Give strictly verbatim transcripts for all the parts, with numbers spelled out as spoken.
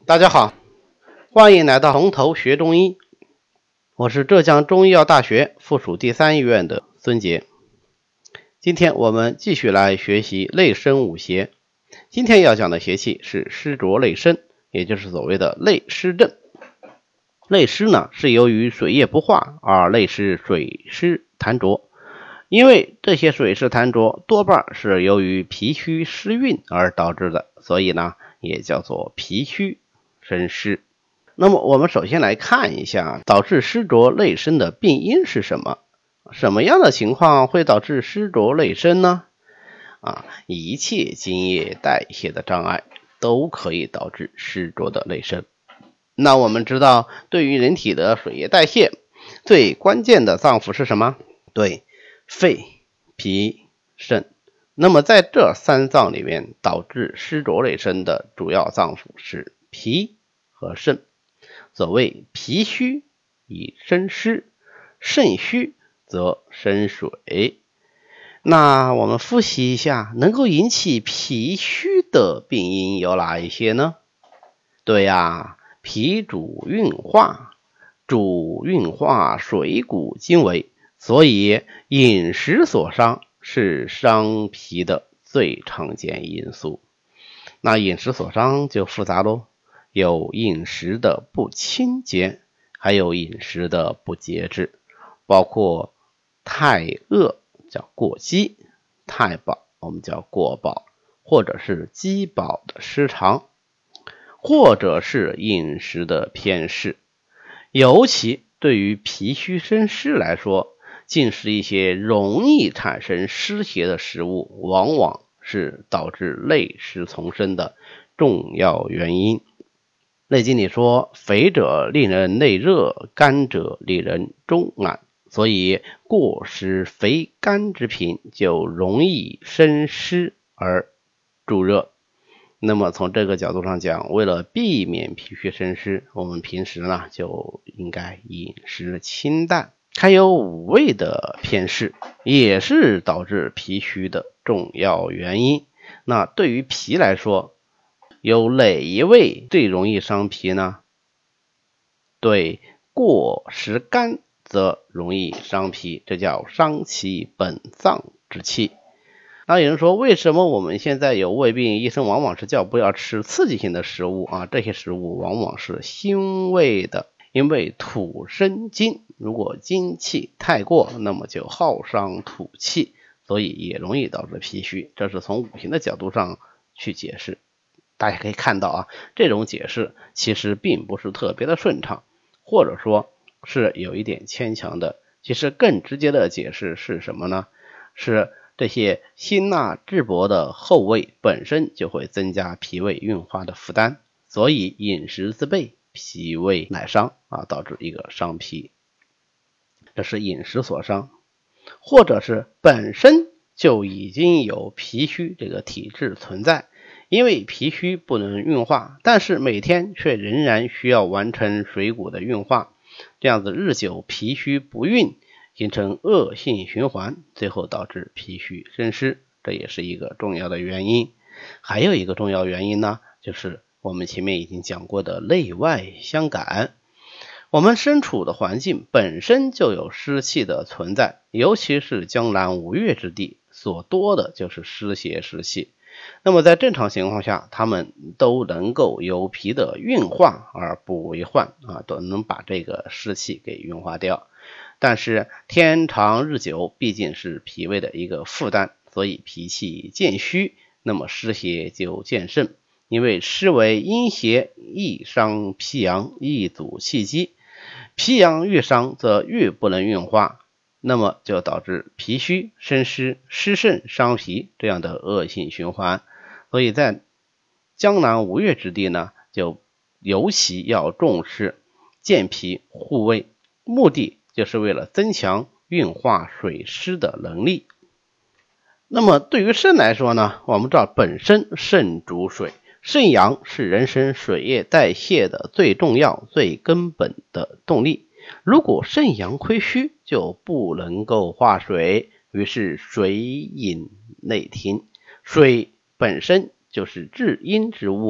大家好，欢迎来到从头学中医，我是浙江中医药大学附属第三医院的孙杰。今天我们继续来学习内生五邪。今天要讲的邪气是湿浊内生，也就是所谓的内湿症。内湿呢，是由于水液不化而内湿水湿痰浊，因为这些水湿痰浊多半是由于脾虚湿运而导致的，所以呢也叫做脾虚生湿。那么我们首先来看一下导致湿浊内生的病因是什么？什么样的情况会导致湿浊内生呢？啊，一切津液代谢的障碍都可以导致湿浊的内生。那我们知道，对于人体的水液代谢，最关键的脏腑是什么？对，肺、脾、肾。那么在这三脏里面，导致湿浊内生的主要脏腑是脾和肾。所谓脾虚以生湿，肾虚则生水。那我们复习一下，能够引起脾虚的病因有哪一些呢？对呀，脾主运化，主运化水谷精微，所以饮食所伤是伤脾的最常见因素。那饮食所伤就复杂咯，有饮食的不清洁，还有饮食的不节制，包括太饿叫过饥，太饱我们叫过饱，或者是饥饱的失常，或者是饮食的偏嗜。尤其对于脾虚生湿来说，进食一些容易产生湿邪的食物，往往是导致内湿丛生的重要原因。内经里说，肥者令人内热，干者令人中脘，所以过食肥甘之品就容易生湿而助热。那么从这个角度上讲，为了避免脾虚生湿，我们平时呢就应该饮食清淡。还有五味的偏嗜，也是导致脾虚的重要原因。那对于脾来说，有哪一味最容易伤脾呢？对，过食甘则容易伤脾，这叫伤其本脏之气。那有人说，为什么我们现在有胃病，医生往往是叫不要吃刺激性的食物啊？这些食物往往是辛味的，因为土生金，如果金气太过，那么就耗伤土气，所以也容易导致脾虚。这是从五行的角度上去解释。大家可以看到啊，这种解释其实并不是特别的顺畅，或者说是有一点牵强的。其实更直接的解释是什么呢？是这些辛辣质薄的厚味本身就会增加脾胃运化的负担，所以饮食自备，脾胃乃伤啊，导致一个伤脾。这是饮食所伤，或者是本身就已经有脾虚这个体质存在，因为脾虚不能运化，但是每天却仍然需要完成水谷的运化，这样子日久脾虚不运，形成恶性循环，最后导致脾虚生湿，这也是一个重要的原因。还有一个重要原因呢，就是我们前面已经讲过的内外相感。我们身处的环境本身就有湿气的存在，尤其是江南五岳之地，所多的就是湿邪湿气。那么在正常情况下，它们都能够由脾的运化而不为患啊，都能把这个湿气给运化掉。但是天长日久，毕竟是脾胃的一个负担，所以脾气渐虚，那么湿邪就渐盛。因为湿为阴邪，易伤脾阳，易阻气机，脾阳越伤则越不能运化，那么就导致脾虚生湿，湿盛伤脾这样的恶性循环。所以在江南五岳之地呢，就尤其要重视健脾护胃，目的就是为了增强运化水湿的能力。那么对于肾来说呢，我们知道本身肾主水，肾阳是人身水液代谢的最重要最根本的动力，如果肾阳亏虚，就不能够化水，于是水饮内停。水本身就是至阴之物，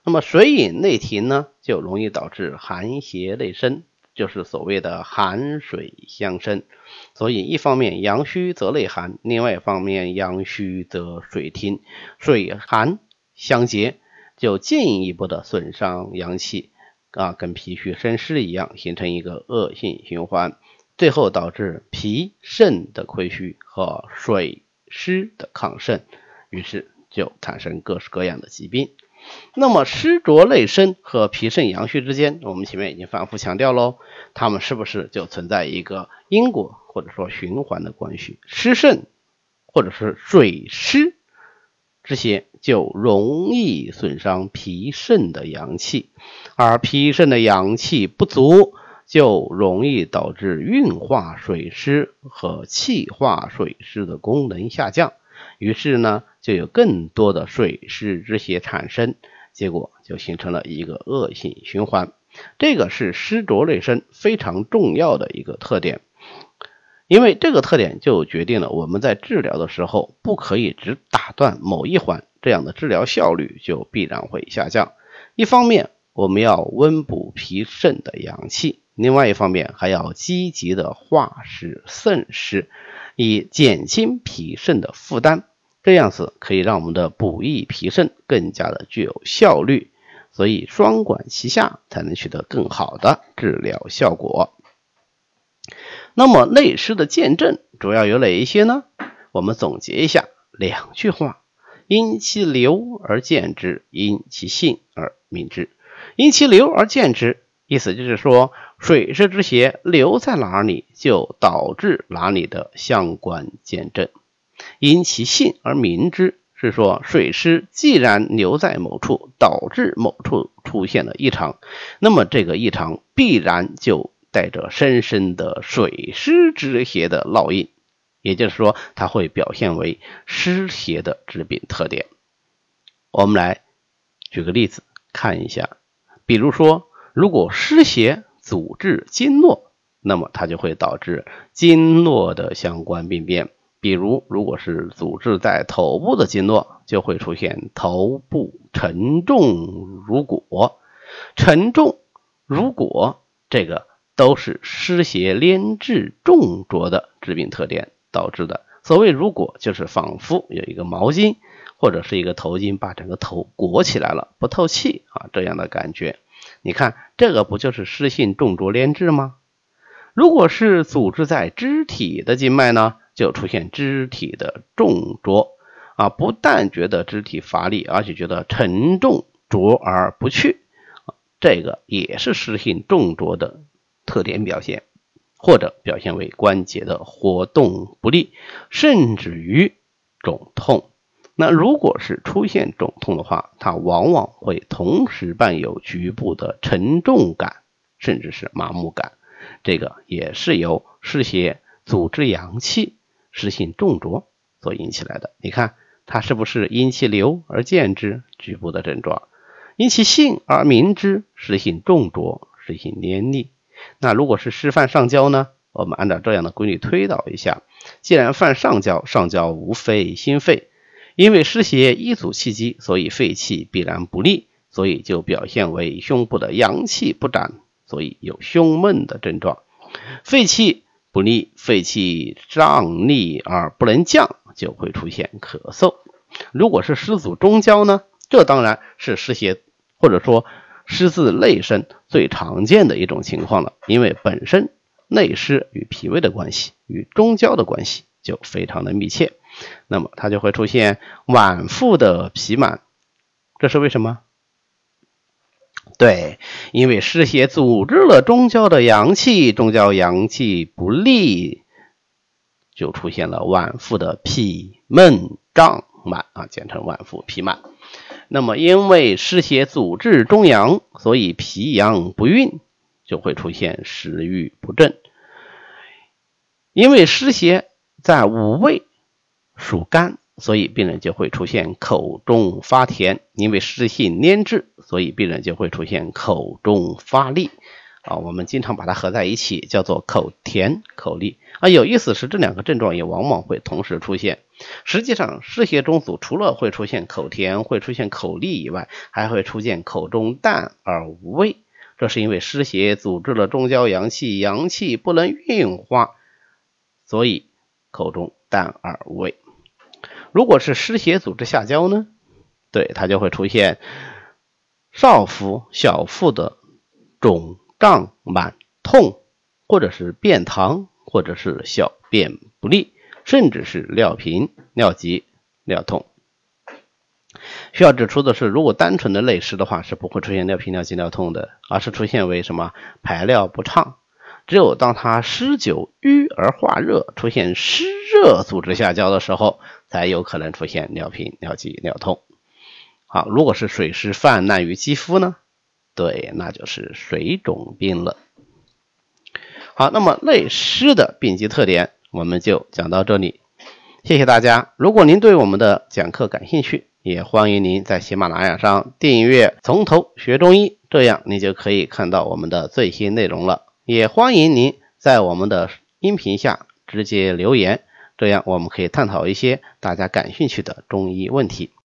那么水饮内停呢，就容易导致寒邪内生，就是所谓的寒水相生。所以一方面阳虚则内寒，另外一方面阳虚则水停，水寒相结，就进一步的损伤阳气啊，跟脾虚生湿一样，形成一个恶性循环，最后导致脾肾的亏虚和水湿的亢盛，于是就产生各式各样的疾病。那么湿浊内生和脾肾阳虚之间，我们前面已经反复强调咯，它们是不是就存在一个因果或者说循环的关系？湿肾或者是水湿这些就容易损伤脾肾的阳气，而脾肾的阳气不足，就容易导致运化水湿和气化水湿的功能下降，于是呢就有更多的水湿之邪产生，结果就形成了一个恶性循环。这个是湿浊内生非常重要的一个特点，因为这个特点就决定了我们在治疗的时候不可以只打断某一环，这样的治疗效率就必然会下降。一方面我们要温补脾肾的阳气，另外一方面还要积极的化湿渗湿，以减轻脾肾的负担，这样子可以让我们的补益脾肾更加的具有效率，所以双管齐下才能取得更好的治疗效果。那么内湿的见证主要有哪一些呢？我们总结一下两句话：因其流而见之，因其性而明之。因其流而见之，意思就是说水湿之邪留在哪里，就导致哪里的相关见证。因其性而明之，是说水湿既然留在某处，导致某处出现了异常，那么这个异常必然就带着深深的水湿之邪的烙印，也就是说它会表现为湿邪的致病特点。我们来举个例子看一下，比如说如果湿邪阻滞经络，那么它就会导致经络的相关病变，比如如果是阻滞在头部的经络，就会出现头部沉重如裹。沉重如裹，这个都是湿邪连滞重浊的致病特点导致的。所谓如裹，就是仿佛有一个毛巾或者是一个头巾把整个头裹起来了，不透气啊，这样的感觉。你看这个不就是湿性重浊连滞吗？如果是阻滞在肢体的经脉呢，就出现肢体的重浊啊，不但觉得肢体乏力，而且觉得沉重浊而不去，这个也是湿性重浊的特点表现，或者表现为关节的活动不利，甚至于肿痛。那如果是出现肿痛的话，它往往会同时伴有局部的沉重感，甚至是麻木感，这个也是由湿邪阻滞阳气、湿性重浊所引起来的。你看它是不是因其流而见之，局部的症状；因其性而明之，湿性重浊、湿性黏腻。那如果是湿犯上焦呢，我们按照这样的规律推导一下，既然犯上焦，上焦无非心肺，因为湿邪一阻气机，所以肺气必然不利，所以就表现为胸部的阳气不展，所以有胸闷的症状。肺气不利，肺气胀逆而不能降，就会出现咳嗽。如果是湿阻中焦呢，这当然是湿邪或者说湿自内生最常见的一种情况了，因为本身内湿与脾胃的关系与中焦的关系就非常的密切，那么它就会出现脘腹的痞满。这是为什么？对，因为湿邪阻滞了中焦的阳气，中焦阳气不利，就出现了脘腹的痞闷胀满啊，简称脘腹痞满。那么因为湿邪阻滞中阳，所以脾阳不运，就会出现食欲不振。因为湿邪在五味属肝，所以病人就会出现口中发甜。因为湿性粘滞，所以病人就会出现口中发力。 啊，我们经常把它合在一起，叫做口甜口腻。啊，有意思是这两个症状也往往会同时出现。实际上湿邪中阻除了会出现口甜、会出现口腻以外，还会出现口中淡而无味。这是因为湿邪阻滞了中焦阳气，阳气不能运化，所以口中淡而无味。如果是湿邪阻滞下焦呢，对，它就会出现少腹、小腹的肿胀满痛，或者是便溏，或者是小便不利，甚至是尿频、尿急、尿痛。需要指出的是，如果单纯的内湿的话，是不会出现尿频、尿急、尿痛的，而是出现为什么排尿不畅。只有当它湿久瘀而化热，出现湿热阻滞下焦的时候，才有可能出现尿频、尿急、尿痛。好，如果是水湿泛滥于肌肤呢？对，那就是水肿病了。好，那么内湿的病机特点我们就讲到这里，谢谢大家。如果您对我们的讲课感兴趣，也欢迎您在喜马拉雅上订阅从头学中医，这样您就可以看到我们的最新内容了。也欢迎您在我们的音频下直接留言，这样我们可以探讨一些大家感兴趣的中医问题。